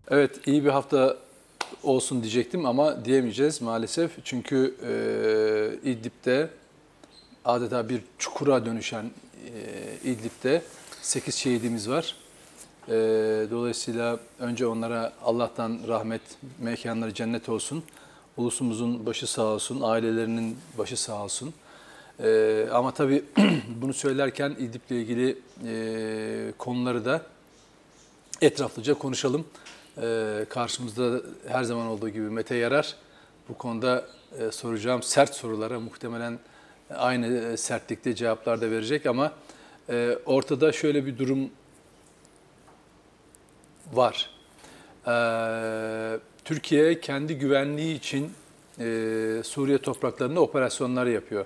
Evet, iyi bir hafta olsun diyecektim ama diyemeyeceğiz maalesef. Çünkü İdlib'de adeta bir çukura dönüşen İdlib'de 8 şehidimiz var. Dolayısıyla önce onlara Allah'tan rahmet, mekanları cennet olsun. Ulusumuzun başı sağ olsun, ailelerinin başı sağ olsun. Ama tabii bunu söylerken İdlib'le ilgili konuları da etraflıca konuşalım. Karşımızda her zaman olduğu gibi Mete Yarar. Bu konuda soracağım sert sorulara muhtemelen aynı sertlikte cevaplar da verecek ama ortada şöyle bir durum var. Türkiye kendi güvenliği için Suriye topraklarında operasyonlar yapıyor.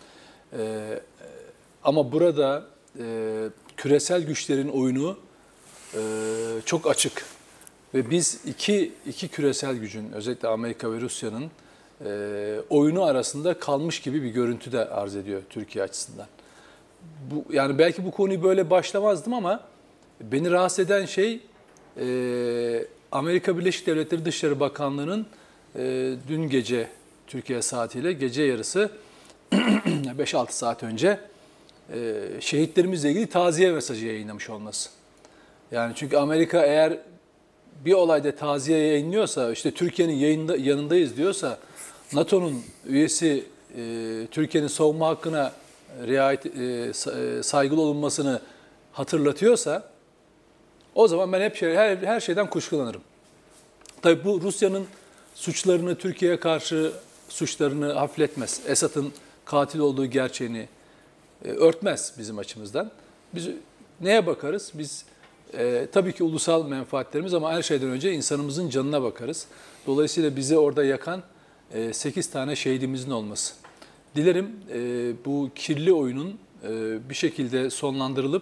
Ama burada küresel güçlerin oyunu çok açık. Ve biz iki küresel gücün, özellikle Amerika ve Rusya'nın oyunu arasında kalmış gibi bir görüntü de arz ediyor Türkiye açısından. Yani belki bu konuyu böyle başlamazdım ama beni rahatsız eden şey Amerika Birleşik Devletleri Dışişleri Bakanlığı'nın dün gece Türkiye saatiyle gece yarısı 5-6 saat önce şehitlerimizle ilgili taziye mesajı yayınlamış olması. Yani çünkü Amerika eğer bir olayda taziye yayınlıyorsa, işte Türkiye'nin yanındayız diyorsa, NATO'nun üyesi Türkiye'nin savunma hakkına saygılı olunmasını hatırlatıyorsa, o zaman ben hep her şeyden kuşkulanırım. Tabii bu Rusya'nın suçlarını, Türkiye'ye karşı suçlarını hafifletmez. Esad'ın katil olduğu gerçeğini örtmez bizim açımızdan. Biz neye bakarız? Biz tabii ki ulusal menfaatlerimiz ama her şeyden önce insanımızın canına bakarız. Dolayısıyla bizi orada yakan 8 tane şehidimizin olması. Dilerim bu kirli oyunun bir şekilde sonlandırılıp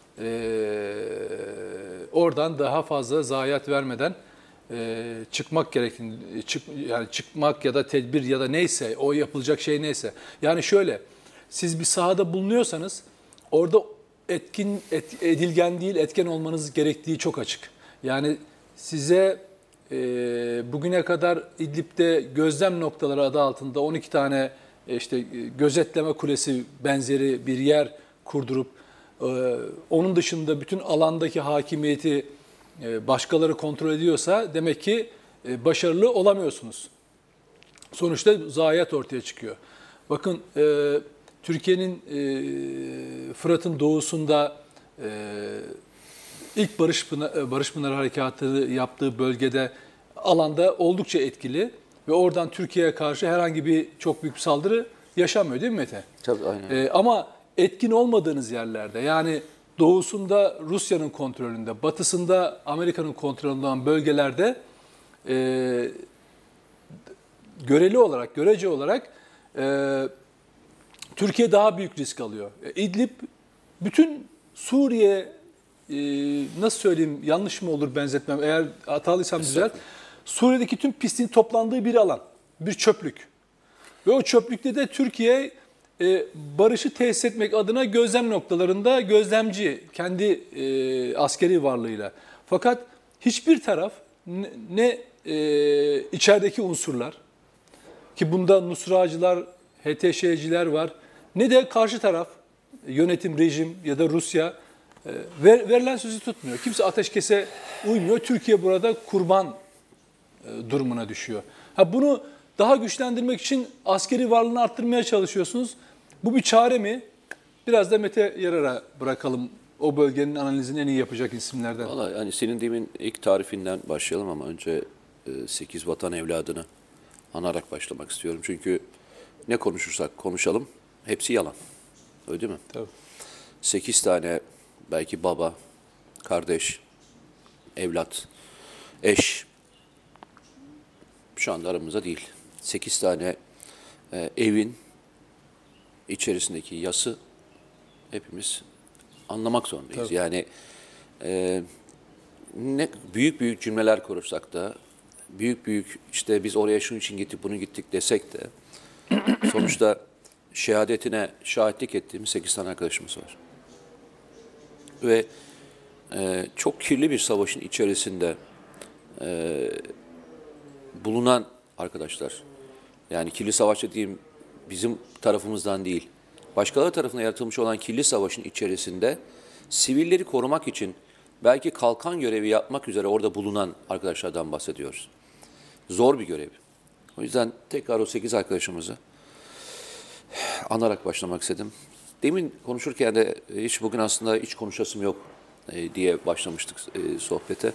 oradan daha fazla zayiat vermeden çıkmak gerektiğini, yani çıkmak ya da tedbir ya da neyse, o yapılacak şey neyse. Yani şöyle, siz bir sahada bulunuyorsanız orada edilgen değil, etken olmanız gerektiği çok açık. Yani size bugüne kadar İdlib'de gözlem noktaları adı altında 12 tane işte gözetleme kulesi benzeri bir yer kurdurup onun dışında bütün alandaki hakimiyeti başkaları kontrol ediyorsa demek ki başarılı olamıyorsunuz. Sonuçta zayiat ortaya çıkıyor. Bakın Türkiye'nin Fırat'ın doğusunda ilk Barış Pınarı Harekatı yaptığı bölgede alanda oldukça etkili ve oradan Türkiye'ye karşı herhangi bir çok büyük bir saldırı yaşanmıyor değil mi Mete? Tabii aynen. Ama etkin olmadığınız yerlerde, yani doğusunda Rusya'nın kontrolünde, batısında Amerika'nın kontrolünde olan bölgelerde görece olarak Türkiye daha büyük risk alıyor. İdlib bütün Suriye, nasıl söyleyeyim, yanlış mı olur benzetmem, eğer hatalıysam düzelt. Suriye'deki tüm pisliğin toplandığı bir alan, bir çöplük. Ve o çöplükte de Türkiye barışı tesis etmek adına gözlem noktalarında gözlemci, kendi askeri varlığıyla. Fakat hiçbir taraf ne içerideki unsurlar, ki bunda Nusracılar, HTŞ'ciler var, ne de karşı taraf, yönetim, rejim ya da Rusya verilen sözü tutmuyor. Kimse ateşkese uymuyor. Türkiye burada kurban durumuna düşüyor. Bunu daha güçlendirmek için askeri varlığını arttırmaya çalışıyorsunuz. Bu bir çare mi? Biraz da Mete Yarar'a bırakalım. O bölgenin analizini en iyi yapacak isimlerden. Vallahi yani senin demin ilk tarifinden başlayalım ama önce 8 vatan evladını anarak başlamak istiyorum. Çünkü ne konuşursak konuşalım hepsi yalan. Öyle değil mi? Tabii. 8 tane belki baba, kardeş, evlat, eş şu anda aramızda değil. 8 tane evin içerisindeki yası hepimiz anlamak zorundayız. Tabii. Yani ne büyük büyük cümleler kurursak da, büyük işte biz oraya şunun için gittik, bunu gittik desek de sonuçta şehadetine şahitlik ettiğimiz 8 tane arkadaşımız var. Ve çok kirli bir savaşın içerisinde bulunan arkadaşlar, yani kirli savaş dediğim bizim tarafımızdan değil, başkaları tarafından yaratılmış olan kirli savaşın içerisinde sivilleri korumak için belki kalkan görevi yapmak üzere orada bulunan arkadaşlardan bahsediyoruz. Zor bir görev. O yüzden tekrar o 8 arkadaşımızı anarak başlamak istedim. Demin konuşurken de hiç bugün aslında hiç konuşasım yok diye başlamıştık sohbete.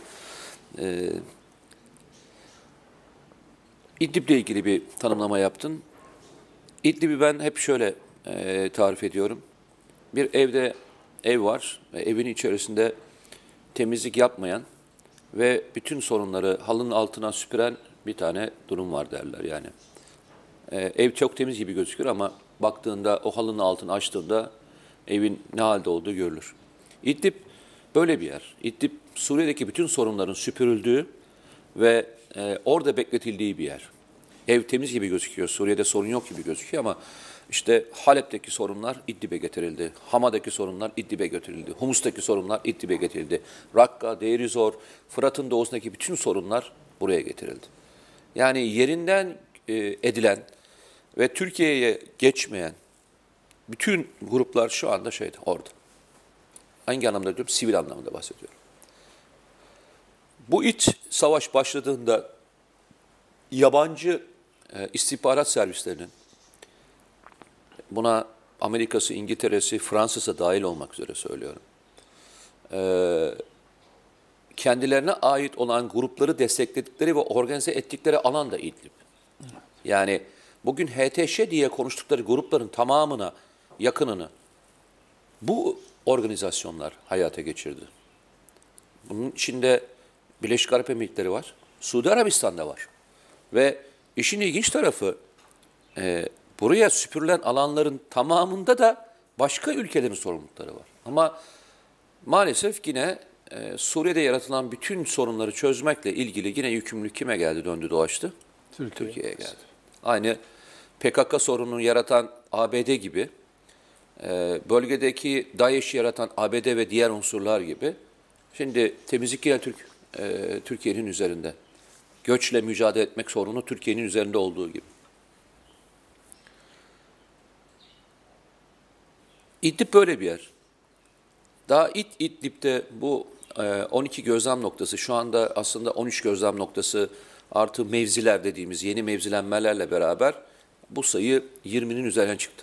İdlib'le ilgili bir tanımlama yaptın. İdlib'i ben hep şöyle tarif ediyorum. Bir ev var ve evin içerisinde temizlik yapmayan ve bütün sorunları halının altına süpüren bir tane durum var derler yani. Ev çok temiz gibi gözükür ama baktığında o halının altını açtığında evin ne halde olduğu görülür. İdlib böyle bir yer. İdlib Suriye'deki bütün sorunların süpürüldüğü ve orada bekletildiği bir yer. Ev temiz gibi gözüküyor, Suriye'de sorun yok gibi gözüküyor ama işte Halep'teki sorunlar İdlib'e getirildi. Hama'daki sorunlar İdlib'e getirildi. Humus'taki sorunlar İdlib'e getirildi. Rakka, Deir ez-Zor, Fırat'ın doğusundaki bütün sorunlar buraya getirildi. Yani yerinden edilen ve Türkiye'ye geçmeyen bütün gruplar şu anda orada. Hangi anlamda diyorum? Sivil anlamda bahsediyorum. Bu iç savaş başladığında yabancı istihbarat servislerinin, buna Amerika'sı, İngiltere'si, Fransa'sı dahil olmak üzere söylüyorum, kendilerine ait olan grupları destekledikleri ve organize ettikleri alan da İdlib. Yani bugün HTŞ diye konuştukları grupların tamamına, yakınını bu organizasyonlar hayata geçirdi. Bunun içinde Birleşik Arap Emirlikleri var, Suudi Arabistan'da var. Ve işin ilginç tarafı buraya süpürülen alanların tamamında da başka ülkelerin sorumlulukları var. Ama maalesef yine Suriye'de yaratılan bütün sorunları çözmekle ilgili yine yükümlülük kime geldi, döndü dolaştı? Türkiye'ye geldi. Aynı PKK sorununu yaratan ABD gibi, bölgedeki DAEŞ'i yaratan ABD ve diğer unsurlar gibi, şimdi temizlik yine Türkiye'nin üzerinde. Göçle mücadele etmek sorunu Türkiye'nin üzerinde olduğu gibi. İdlib böyle bir yer. Daha İdlib'de bu 12 gözlem noktası, şu anda aslında 13 gözlem noktası artı mevziler dediğimiz yeni mevzilenmelerle beraber bu sayı 20'nin üzerine çıktı.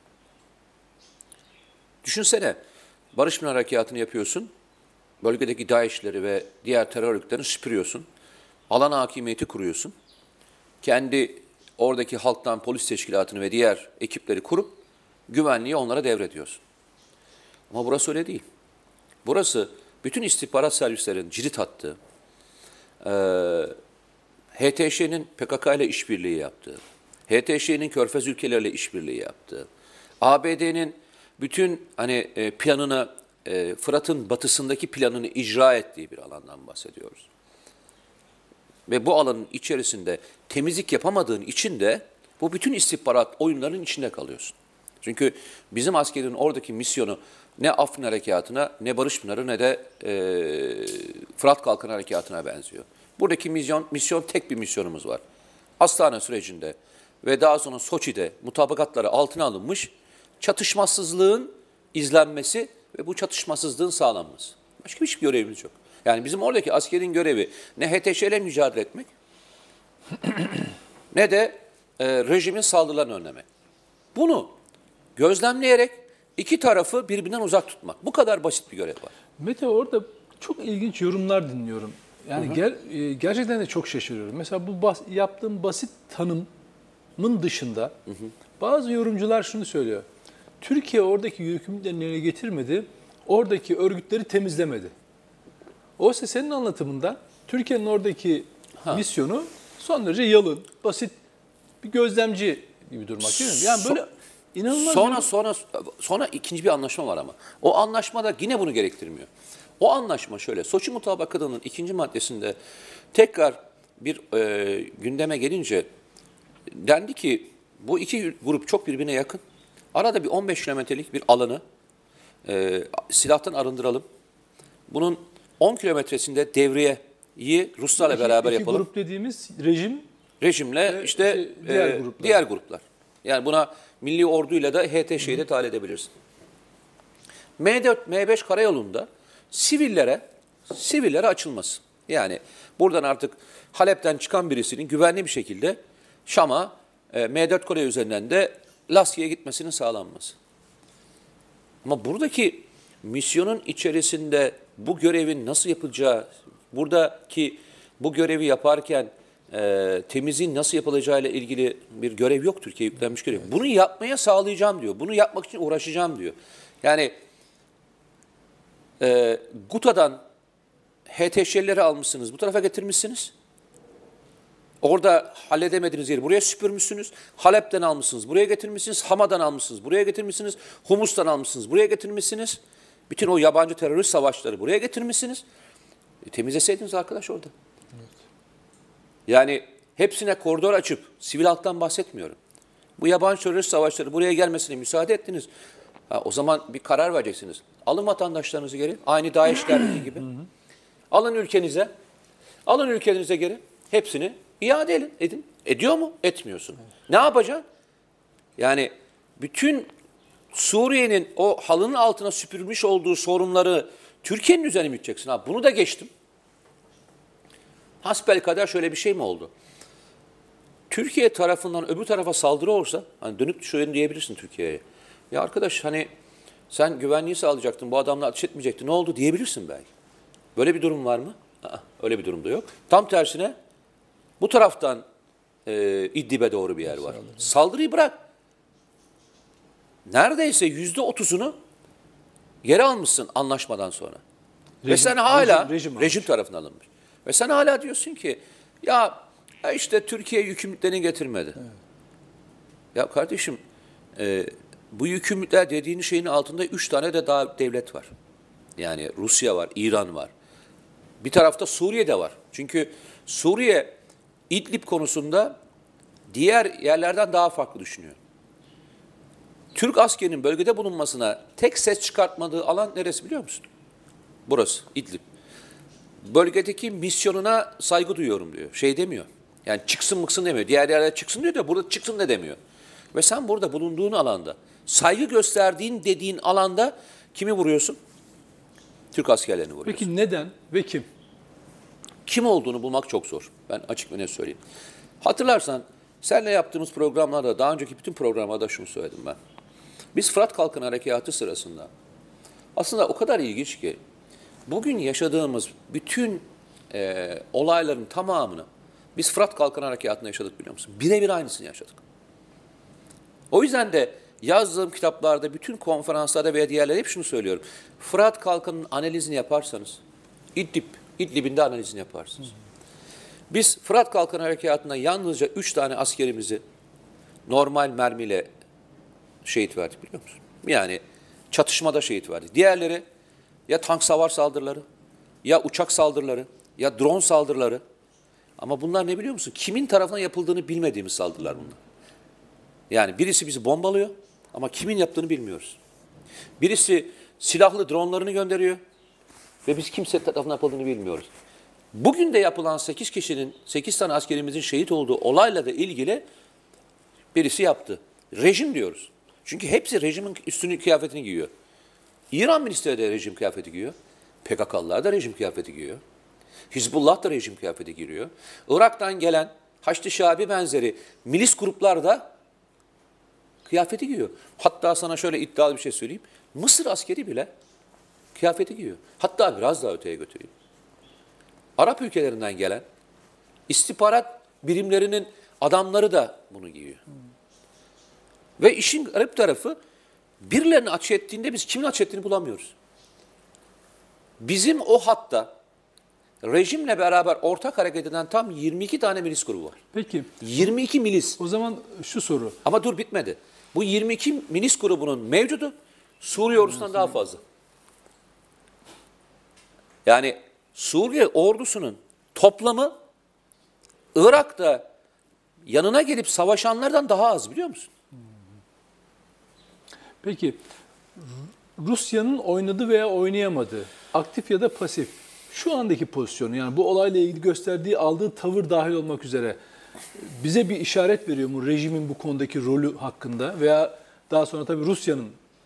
Düşünsene, Barış Pınar Harekatı'nı yapıyorsun, bölgedeki DAEŞ'leri ve diğer terör örgütlerini süpürüyorsun, alan hakimiyeti kuruyorsun, kendi oradaki halktan polis teşkilatını ve diğer ekipleri kurup güvenliği onlara devrediyorsun. Ama burası öyle değil. Burası bütün istihbarat servislerinin cirit attığı, HTŞ'nin PKK ile işbirliği yaptığı, HTŞ'nin Körfez ülkeleriyle işbirliği yaptığı, ABD'nin bütün planını, Fırat'ın batısındaki planını icra ettiği bir alandan bahsediyoruz. Ve bu alanın içerisinde temizlik yapamadığın için de bu bütün istihbarat oyunlarının içinde kalıyorsun. Çünkü bizim askerin oradaki misyonu ne Afrin Harekatı'na, ne Barış Pınarı, ne de Fırat Kalkanı Harekatı'na benziyor. Buradaki misyon tek bir misyonumuz var. Astana sürecinde ve daha sonra Soçi'de mutabakatları altına alınmış çatışmasızlığın izlenmesi ve bu çatışmasızlığın sağlanması. Başka hiçbir görevimiz yok. Yani bizim oradaki askerin görevi ne HTŞ ile mücadele etmek ne de rejimin saldırılarını önlemek. Bunu gözlemleyerek iki tarafı birbirinden uzak tutmak. Bu kadar basit bir görev var. Mete, orada çok ilginç yorumlar dinliyorum. Yani gerçekten de çok şaşırıyorum. Mesela bu yaptığım basit tanımın dışında bazı yorumcular şunu söylüyor. Türkiye oradaki yükümlülüklerini yerine getirmedi, oradaki örgütleri temizlemedi. Oysa senin anlatımında Türkiye'nin oradaki misyonu son derece yalın, basit bir gözlemci gibi durmak değil mi? Yani böyle inanılmaz. Sonra ikinci bir anlaşma var ama. O anlaşma da yine bunu gerektirmiyor. O anlaşma şöyle, Soçi Mutabakatı'nın 2. maddesinde tekrar bir gündeme gelince dendi ki bu iki grup çok birbirine yakın. Arada bir 15 kilometrelik bir alanı silahtan arındıralım. Bunun 10 kilometresinde devreye Ruslarla beraber İki yapalım. grup dediğimiz rejim Rejimle işte diğer gruplar. Yani buna milli orduyla da HTŞ'yi de dahil edebilirsin. M4, M5 karayolunda sivillere açılması. Yani buradan artık Halep'ten çıkan birisinin güvenli bir şekilde Şam'a M4 Kore üzerinden de Laski'ye gitmesinin sağlanması. Ama buradaki misyonun içerisinde bu görevin nasıl yapılacağı, buradaki bu görevi yaparken temizliğin nasıl yapılacağıyla ilgili bir görev yok, Türkiye yüklenmiş görev. Bunu yapmaya sağlayacağım diyor. Bunu yapmak için uğraşacağım diyor. Yani Guta'dan HTŞ'leri almışsınız, bu tarafa getirmişsiniz. Orada halledemediğiniz yeri buraya süpürmüşsünüz. Halep'ten almışsınız, buraya getirmişsiniz. Hama'dan almışsınız, buraya getirmişsiniz. Humus'tan almışsınız, buraya getirmişsiniz. Bütün o yabancı terörist savaşları buraya getirmişsiniz. Temizleseydiniz arkadaş orada. Evet. Yani hepsine koridor açıp, sivil halktan bahsetmiyorum. Bu yabancı terörist savaşları buraya gelmesine müsaade ettiniz. O zaman bir karar vereceksiniz. Alın vatandaşlarınızı geri, aynı DAEŞ'lerdeki gibi. Alın ülkenize, alın ülkenize geri. Hepsini iade edin. Ediyor mu? Etmiyorsun. Evet. Ne yapacaksın? Yani bütün Suriye'nin o halının altına süpürmüş olduğu sorunları Türkiye'nin üzerine mi yükeceksin? Bunu da geçtim. Hasbelkader şöyle bir şey mi oldu? Türkiye tarafından öbür tarafa saldırı olsa, hani dönüp şöyle diyebilirsin Türkiye'ye. Ya arkadaş hani sen güvenliği sağlayacaktın, bu adamla ateş etmeyecektin, ne oldu diyebilirsin belki. Böyle bir durum var mı? Öyle bir durum da yok. Tam tersine bu taraftan İdlib'e doğru bir yer var. Saldırıyı bırak. Neredeyse %30'unu geri almışsın anlaşmadan sonra. Ve sen hala rejim tarafından alınmış. Ve sen hala diyorsun ki ya işte Türkiye yükümlülüklerini getirmedi. Evet. Ya kardeşim bu yükümlülükler dediğin şeyin altında 3 tane de daha devlet var. Yani Rusya var, İran var. Bir tarafta Suriye'de var. Çünkü Suriye İdlib konusunda diğer yerlerden daha farklı düşünüyor. Türk askerinin bölgede bulunmasına tek ses çıkartmadığı alan neresi biliyor musun? Burası, İdlib. Bölgedeki misyonuna saygı duyuyorum diyor. Şey demiyor. Yani çıksın mıksın demiyor. Diğer yerlere çıksın diyor da burada çıksın ne demiyor. Ve sen burada bulunduğun alanda, saygı gösterdiğin dediğin alanda kimi vuruyorsun? Türk askerlerini vuruyorsun. Peki neden ve kim? Kim olduğunu bulmak çok zor. Ben açık ve net söyleyeyim. Hatırlarsan seninle yaptığımız programlarda, daha önceki bütün programlarda şunu söyledim ben. Biz Fırat Kalkın Harekatı sırasında aslında o kadar ilginç ki bugün yaşadığımız bütün olayların tamamını biz Fırat Kalkın Harekatı'nda yaşadık biliyor musun? Birebir aynısını yaşadık. O yüzden de yazdığım kitaplarda, bütün konferanslarda veya diğerleri hep şunu söylüyorum. Fırat Kalkın'ın analizini yaparsanız, İdlib'in de analizini yaparsınız. Biz Fırat Kalkın Harekatı'nda yalnızca 3 tane askerimizi normal mermiyle şehit verdik biliyor musun? Yani çatışmada şehit verdik. Diğerleri ya tank savar saldırıları, ya uçak saldırıları, ya drone saldırıları. Ama bunlar ne biliyor musun? Kimin tarafından yapıldığını bilmediğimiz saldırılar bunlar. Yani birisi bizi bombalıyor ama kimin yaptığını bilmiyoruz. Birisi silahlı dronlarını gönderiyor ve biz kimse tarafından yapıldığını bilmiyoruz. Bugün de yapılan 8 tane askerimizin şehit olduğu olayla da ilgili birisi yaptı. Rejim diyoruz. Çünkü hepsi rejimin üstünlük kıyafetini giyiyor. İran Ministeri de rejim kıyafeti giyiyor. PKK'lılar da rejim kıyafeti giyiyor. Hizbullah da rejim kıyafeti giyiyor. Irak'tan gelen Haçlı Şabi benzeri milis gruplar da kıyafeti giyiyor. Hatta sana şöyle iddialı bir şey söyleyeyim. Mısır askeri bile kıyafeti giyiyor. Hatta biraz daha öteye götüreyim. Arap ülkelerinden gelen istihbarat birimlerinin adamları da bunu giyiyor. Ve işin garip tarafı birilerini ateş ettiğinde biz kimin ateş ettiğini bulamıyoruz. Bizim o hatta rejimle beraber ortak hareket eden tam 22 tane milis grubu var. Peki. 22 milis. O zaman şu soru. Ama dur bitmedi. Bu 22 milis grubunun mevcudu Suriye ordusundan daha fazla. Yani Suriye ordusunun toplamı Irak'ta yanına gelip savaşanlardan daha az biliyor musun? Peki Rusya'nın oynadığı veya oynayamadığı, aktif ya da pasif, şu andaki pozisyonu, yani bu olayla ilgili gösterdiği, aldığı tavır dahil olmak üzere bize bir işaret veriyor mu rejimin bu konudaki rolü hakkında veya daha sonra tabii Rusya'nın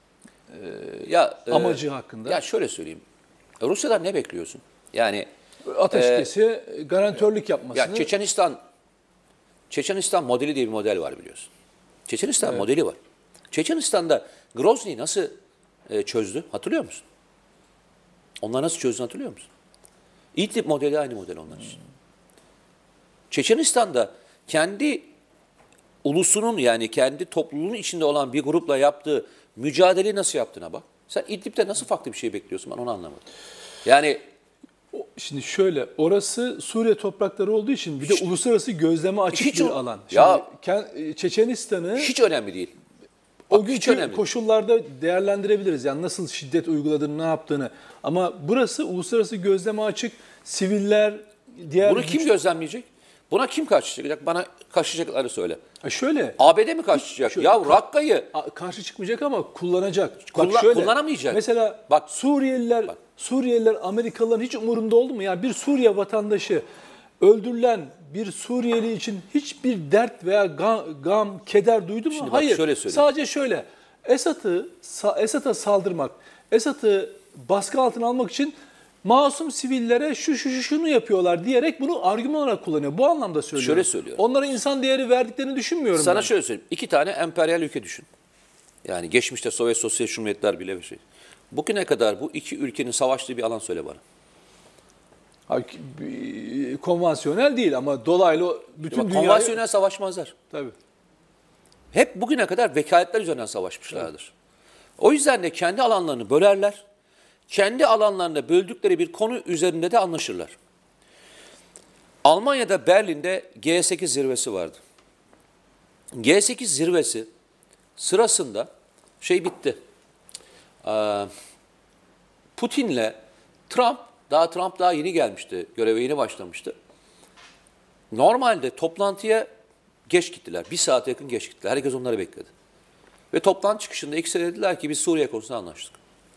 amacı hakkında? Ya şöyle söyleyeyim. Rusya'dan ne bekliyorsun? Yani ateşkesi garantörlük yapmasını. ya Çeçenistan modeli diye bir model var biliyorsun. Çeçenistan modeli var. Çeçenistan'da Grozny'yi nasıl çözdü? Hatırlıyor musun? Onlar nasıl çözdü hatırlıyor musun? İdlib modeli aynı model onlar için. Çeçenistan'da kendi ulusunun, yani kendi topluluğunun içinde olan bir grupla yaptığı mücadeleyi nasıl yaptığına bak. Sen İdlib'de nasıl farklı bir şey bekliyorsun, ben onu anlamadım. Yani Şimdi şöyle, orası Suriye toprakları olduğu için bir de uluslararası gözleme açık hiç bir o- alan. Ya- Şimdi Çeçenistan'ı hiç önemli değil. o hiç günkü önemli. koşullarda değerlendirebiliriz. Yani nasıl şiddet uyguladığını, ne yaptığını. Ama burası uluslararası gözleme açık, siviller, diğer... Bunu kim gözlemleyecek? Buna kim karşı çıkacak? Bana karşılayacakları söyle. Şöyle, ABD mi karşı çıkacak? Şöyle- Ya Rakka'yı karşı çıkmayacak ama kullanacak. kullanamayacak. Mesela Bak. Suriyeliler Amerikalıların hiç umurunda oldu mu? Yani bir Suriye vatandaşı öldürülen bir Suriyeli için hiçbir dert veya gam, keder duydu mu? Şimdi bak, Hayır. şöyle söyleyeyim. Sadece şöyle. Esad'a saldırmak, Esad'ı baskı altına almak için masum sivillere şunu yapıyorlar diyerek bunu argüman olarak kullanıyor. Bu anlamda söylüyorum. Şöyle söylüyorum. Onlara insan değeri verdiklerini düşünmüyorum sana ben. şöyle söyleyeyim. 2 tane emperyal ülke düşün. Yani geçmişte Sovyet Sosyalist Cumhuriyetler bile bir şey. Bugüne kadar bu iki ülkenin savaştığı bir alan söyle bana. Konvansiyonel değil ama dolaylı bütün Ama dünyayı... konvansiyonel savaşmazlar. Tabii. Hep bugüne kadar vekaletler üzerinden savaşmışlardır. O yüzden de kendi alanlarını bölerler. Kendi alanlarında böldükleri bir konu üzerinde de anlaşırlar. Almanya'da Berlin'de G8 zirvesi vardı. G8 zirvesi sırasında şey bitti. Putin'le Trump daha yeni gelmişti, göreve yeni başlamıştı. Normalde toplantıya geç gittiler. 1 saate yakın geç gittiler. Herkes onları bekledi. Ve toplantı çıkışında ikisi dediler ki biz Suriye konusunda anlaştık.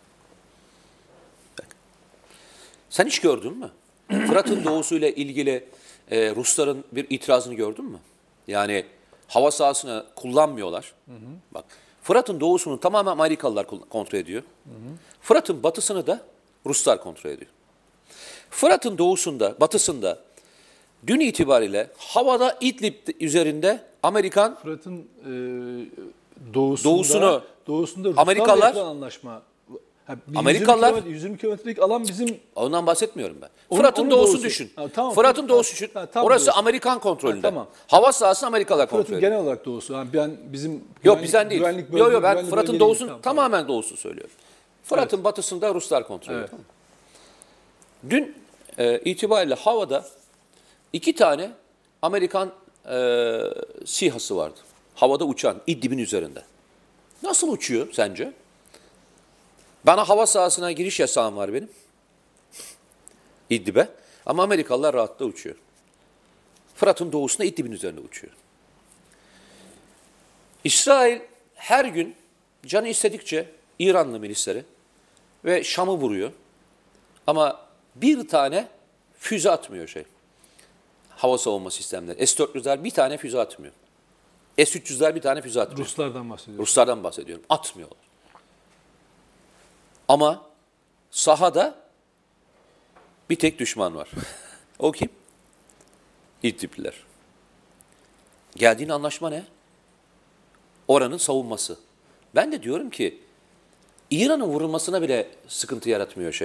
Bak. Sen hiç gördün mü? Fırat'ın doğusuyla ilgili Rusların bir itirazını gördün mü? Yani hava sahasını kullanmıyorlar. Bak, Fırat'ın doğusunu tamamen Amerikalılar kontrol ediyor. Fırat'ın batısını da Ruslar kontrol ediyor. Fırat'ın doğusunda, batısında dün itibariyle havada İdlib üzerinde Amerikan Fırat'ın doğusunu Ruslarla Amerikalılar- yapılan anlaşma. Amerikalılar- 120 kilometrelik alan bizim... ondan bahsetmiyorum ben. Onun Fırat'ın doğusu doğusu. düşün. Ha, tamam. Fırat'ın doğusu düşün. Ha, tam Orası doğusu. Amerikan kontrolünde. Ha, tamam. Hava sahası Amerikalılar kontrol Fırat'ın ediyor. genel olarak doğusu. Yani ben bizim Yok bizden değil. güvenlik Yok ben güvenlik Fırat'ın bölgeleri doğusunu değil. tamamen doğusu söylüyorum. Fırat'ın batısında Ruslar kontrol ediyor. Evet. Tamam mı? Dün itibariyle havada 2 tane Amerikan SİHA'sı vardı. Havada uçan İdlib'in üzerinde. Nasıl uçuyor sence? Bana hava sahasına giriş yasağım var benim. İdlib'e. Ama Amerikalılar rahatla uçuyor. Fırat'ın doğusunda İdlib'in üzerinde uçuyor. İsrail her gün canı istedikçe İranlı milisleri ve Şam'ı vuruyor. Ama bir tane füze atmıyor hava savunma sistemleri. S-400'ler bir tane füze atmıyor. S-300'ler bir tane füze atmıyor. Ruslardan bahsediyoruz. Ruslardan bahsediyorum. Atmıyorlar. Ama sahada bir tek düşman var. O kim? İdlibliler. Geldiğin anlaşma ne? Oranın savunması. Ben de diyorum ki İran'ın vurulmasına bile sıkıntı yaratmıyor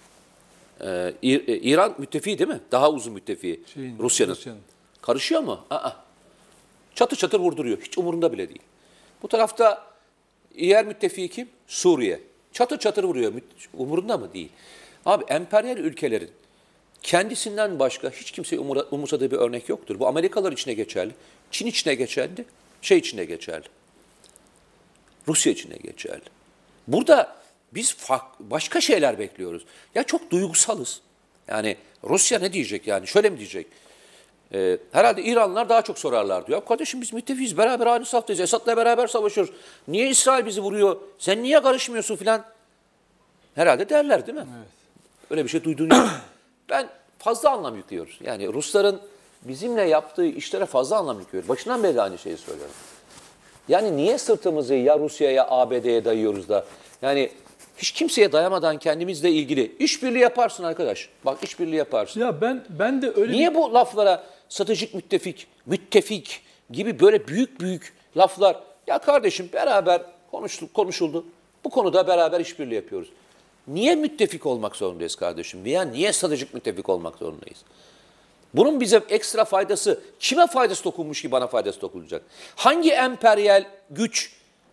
İran müttefiği değil mi? Daha uzun müttefiği Rusya'nın. Karışıyor mu? Çatır çatır vurduruyor. Hiç umurunda bile değil. Bu tarafta diğer müttefiği kim? Suriye. Çatır çatır vuruyor. Umurunda mı? Değil. Abi emperyal ülkelerin kendisinden başka hiç kimseyi umursadığı bir örnek yoktur. Bu Amerikalılar içine geçerli. Çin içine geçerli. içine geçerli. Rusya içine geçerli. Burada biz başka şeyler bekliyoruz. Ya çok duygusalız. Yani Rusya ne diyecek yani? Şöyle mi diyecek? Herhalde İranlılar daha çok sorarlar diyor. Kardeşim biz müttefiyiz, beraber aynı saftayız. Esad'la beraber savaşıyoruz. Niye İsrail bizi vuruyor? Sen niye karışmıyorsun filan? Herhalde derler değil mi? Evet. Öyle bir şey duyduğun yok. ben fazla anlam yüklüyoruz. Yani Rusların bizimle yaptığı işlere fazla anlam yüklüyoruz. Başından beri aynı şeyi söylüyorum. Yani niye sırtımızı ya Rusya'ya ya ABD'ye dayıyoruz da? Yani hiç kimseye dayamadan kendimizle ilgili işbirliği yaparsın arkadaş. Bak işbirliği yaparsın. Ya ben de öyle Niye bu laflara stratejik müttefik gibi böyle büyük büyük laflar? Ya kardeşim beraber konuşuldu. Bu konuda beraber işbirliği yapıyoruz. Niye müttefik olmak zorundayız kardeşim? Niye stratejik müttefik olmak zorundayız? Bunun bize ekstra faydası, kime faydası dokunmuş ki bana faydası dokunacak? Hangi emperyal güç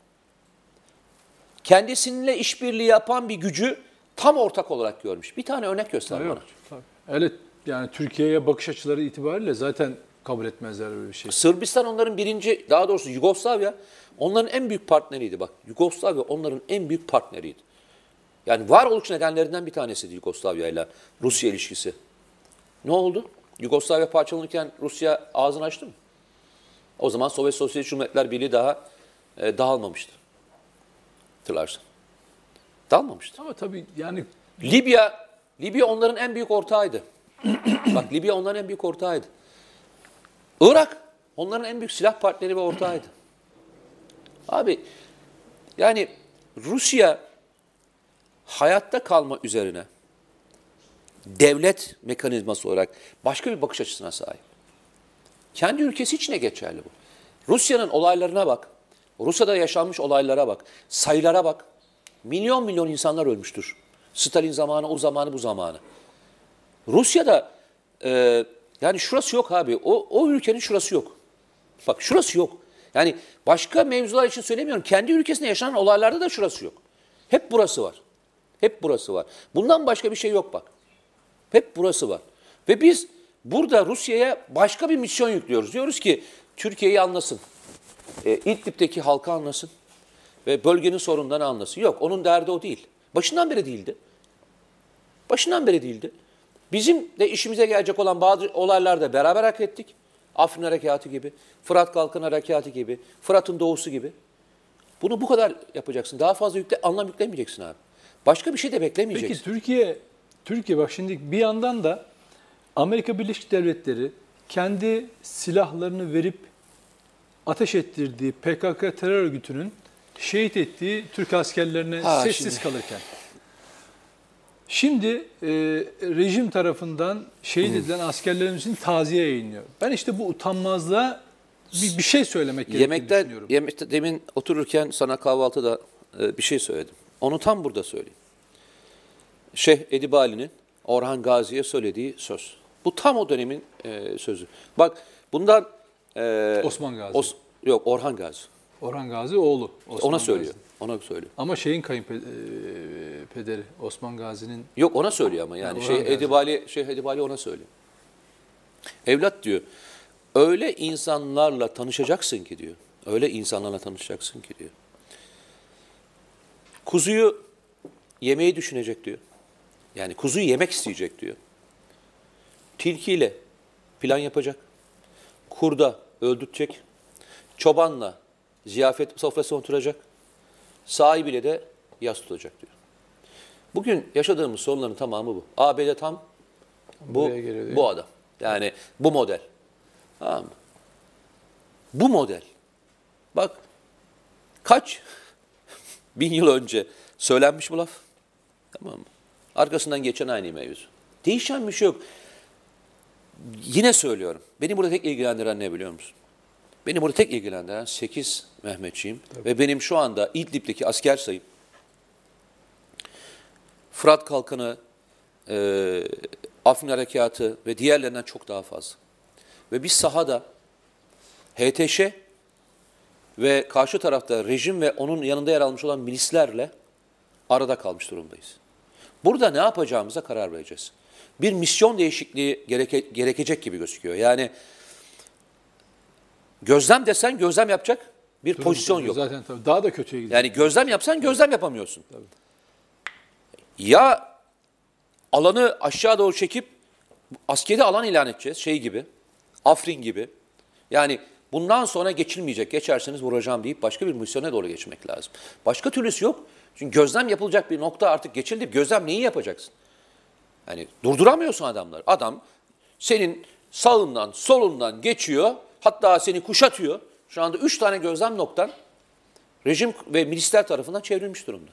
kendisininle işbirliği yapan bir gücü tam ortak olarak görmüş? Bir tane örnek göster bana. yok. Tabii. Evet, yani Türkiye'ye bakış açıları itibariyle zaten kabul etmezler böyle bir şey. Sırbistan onların birinci, daha doğrusu Yugoslavya onların en büyük partneriydi bak. Yugoslavya onların en büyük partneriydi. Yani varoluş nedenlerinden bir tanesiydi Yugoslavya ile Rusya ilişkisi. Ne oldu? Yugoslavya parçalanırken Rusya ağzını açtı mı? O zaman Sovyet Sosyalist Cumhuriyetler Birliği daha dağılmamıştı. Hatırlarsın. Dağılmamıştı. Ama tabii yani Libya onların en büyük ortağıydı. Bak Libya onların en büyük ortağıydı. Irak onların en büyük silah partneri ve ortağıydı. Abi yani Rusya hayatta kalma üzerine devlet mekanizması olarak başka bir bakış açısına sahip. Kendi ülkesi için de geçerli bu. Rusya'nın olaylarına bak. Rusya'da yaşanmış olaylara bak. Sayılara bak. Milyon milyon insanlar ölmüştür. Stalin zamanı, o zamanı, bu zamanı. Rusya'da yani şurası yok abi. O ülkenin şurası yok. Bak şurası yok. Yani başka mevzular için söylemiyorum. Kendi ülkesinde yaşanan olaylarda da şurası yok. Hep burası var. Hep burası var. Bundan başka bir şey yok bak. Hep burası var. Ve biz burada Rusya'ya başka bir misyon yüklüyoruz. Diyoruz ki Türkiye'yi anlasın. İdlib'deki halkı anlasın. Ve bölgenin sorunlarını anlasın. Yok, onun derdi o değil. Başından beri değildi. Başından beri değildi. Bizim de işimize gelecek olan bazı olaylarda beraber hareket ettik. Afrin Harekatı gibi, Fırat Kalkın Harekatı gibi, Fırat'ın doğusu gibi. Bunu bu kadar yapacaksın. Daha fazla anlam yüklemeyeceksin abi. Başka bir şey de beklemeyeceksin. Peki Türkiye bak şimdi bir yandan da Amerika Birleşik Devletleri kendi silahlarını verip ateş ettirdiği PKK terör örgütünün şehit ettiği Türk askerlerine sessiz kalırken. Şimdi rejim tarafından şehit edilen askerlerimizin taziye yayınlıyor. Ben işte bu utanmazlığa bir şey söylemek gerektiğini düşünüyorum. Yemekte demin otururken sana kahvaltıda bir şey söyledim. Onu tam burada söyleyeyim. Şeyh Edip Ali'nin Orhan Gazi'ye söylediği söz. Bu tam o dönemin sözü. Bak bundan... Osman Gazi. Yok Orhan Gazi. Orhan Gazi oğlu. Osman Ona söylüyor. Gazi. Ona söylüyor. Ama şeyin kayınpederi Osman Gazi'nin... Yok ona söylüyor ama yani Şeyh Edip Ali ona söylüyor. Evlat diyor, öyle insanlarla tanışacaksın ki diyor. Öyle insanlarla tanışacaksın ki diyor. Kuzuyu yemeği düşünecek diyor. Yani kuzuyu yemek isteyecek diyor. Tilkiyle plan yapacak. Kurda öldürecek. Çobanla ziyafet sofrasına oturacak. Sahibiyle de yas tutacak diyor. Bugün yaşadığımız sorunların tamamı bu. ABD tam bu adam. Yani bu model. Tamam mı? Bu model. Bak kaç bin yıl önce söylenmiş bu laf. Tamam mı? Arkasından geçen aynı mevzu. Değişen bir şey yok. Yine söylüyorum. Beni burada tek ilgilendiren ne biliyor musun? Beni burada tek ilgilendiren 8 Mehmetçiğim ve benim şu anda İdlib'deki asker sayım Fırat Kalkanı, Afrin Harekatı ve diğerlerinden çok daha fazla. Ve biz sahada HTŞ ve karşı tarafta rejim ve onun yanında yer almış olan milislerle arada kalmış durumdayız. Burada ne yapacağımıza karar vereceğiz. Bir misyon değişikliği gerekecek gibi gözüküyor. Yani gözlem desen gözlem yapacak bir pozisyon yok. Zaten tabii daha da kötüye gidiyor. Yani gözlem yapsan gözlem yapamıyorsun. Tabii. Ya alanı aşağı doğru çekip askeri alan ilan edeceğiz şey gibi, Afrin gibi. Yani bundan sonra geçilmeyecek, geçerseniz vuracağım deyip başka bir misyona doğru geçmek lazım. Başka türlüsü yok. Çünkü gözlem yapılacak bir nokta artık geçildi. Gözlem neyi yapacaksın? Yani durduramıyorsun adamları. Adam senin sağından solundan geçiyor, hatta seni kuşatıyor. Şu anda 3 tane gözlem noktan rejim ve milisler tarafından çevrilmiş durumda.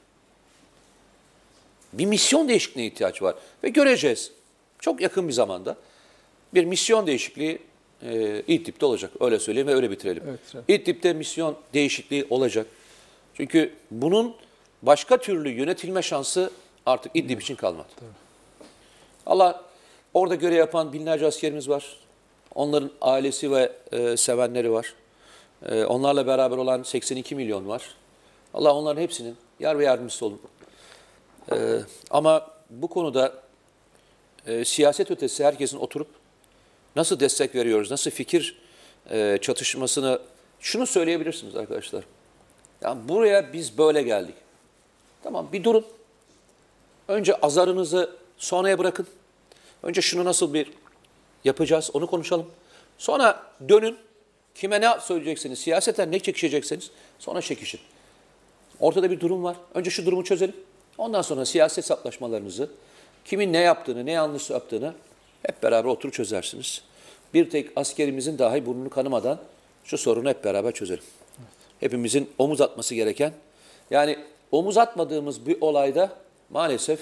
Bir misyon değişikliğine ihtiyaç var ve göreceğiz. Çok yakın bir zamanda bir misyon değişikliği İdlib'de olacak. Öyle söyleyeyim ve öyle bitirelim. Evet. İdlib'de misyon değişikliği olacak. Çünkü bunun başka türlü yönetilme şansı artık İdlib için kalmadı. Tabii. Allah, orada görev yapan binlerce askerimiz var. Onların ailesi ve sevenleri var. Onlarla beraber olan 82 milyon var. Allah onların hepsinin yar ve yardımcısı olun. Ama bu konuda siyaset ötesi herkesin oturup nasıl destek veriyoruz, nasıl fikir çatışmasını, şunu söyleyebilirsiniz arkadaşlar. Yani buraya biz böyle geldik. Tamam, bir durun. Önce azarınızı sonraya bırakın. Önce şunu nasıl bir yapacağız onu konuşalım. Sonra dönün. Kime ne söyleyeceksiniz, siyaseten ne çekişeceksiniz sonra çekişin. Ortada bir durum var. Önce şu durumu çözelim. Ondan sonra siyaset hesaplaşmalarınızı, kimin ne yaptığını, ne yanlış yaptığını hep beraber oturup çözersiniz. Bir tek askerimizin dahi burnunu kanımadan şu sorunu hep beraber çözelim. Hepimizin omuz atması gereken, yani omuz atmadığımız bir olayda maalesef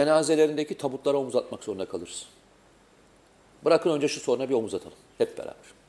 cenazelerindeki tabutlara omuz atmak zorunda kalırız. Bırakın önce şu soruna bir omuz atalım hep beraber.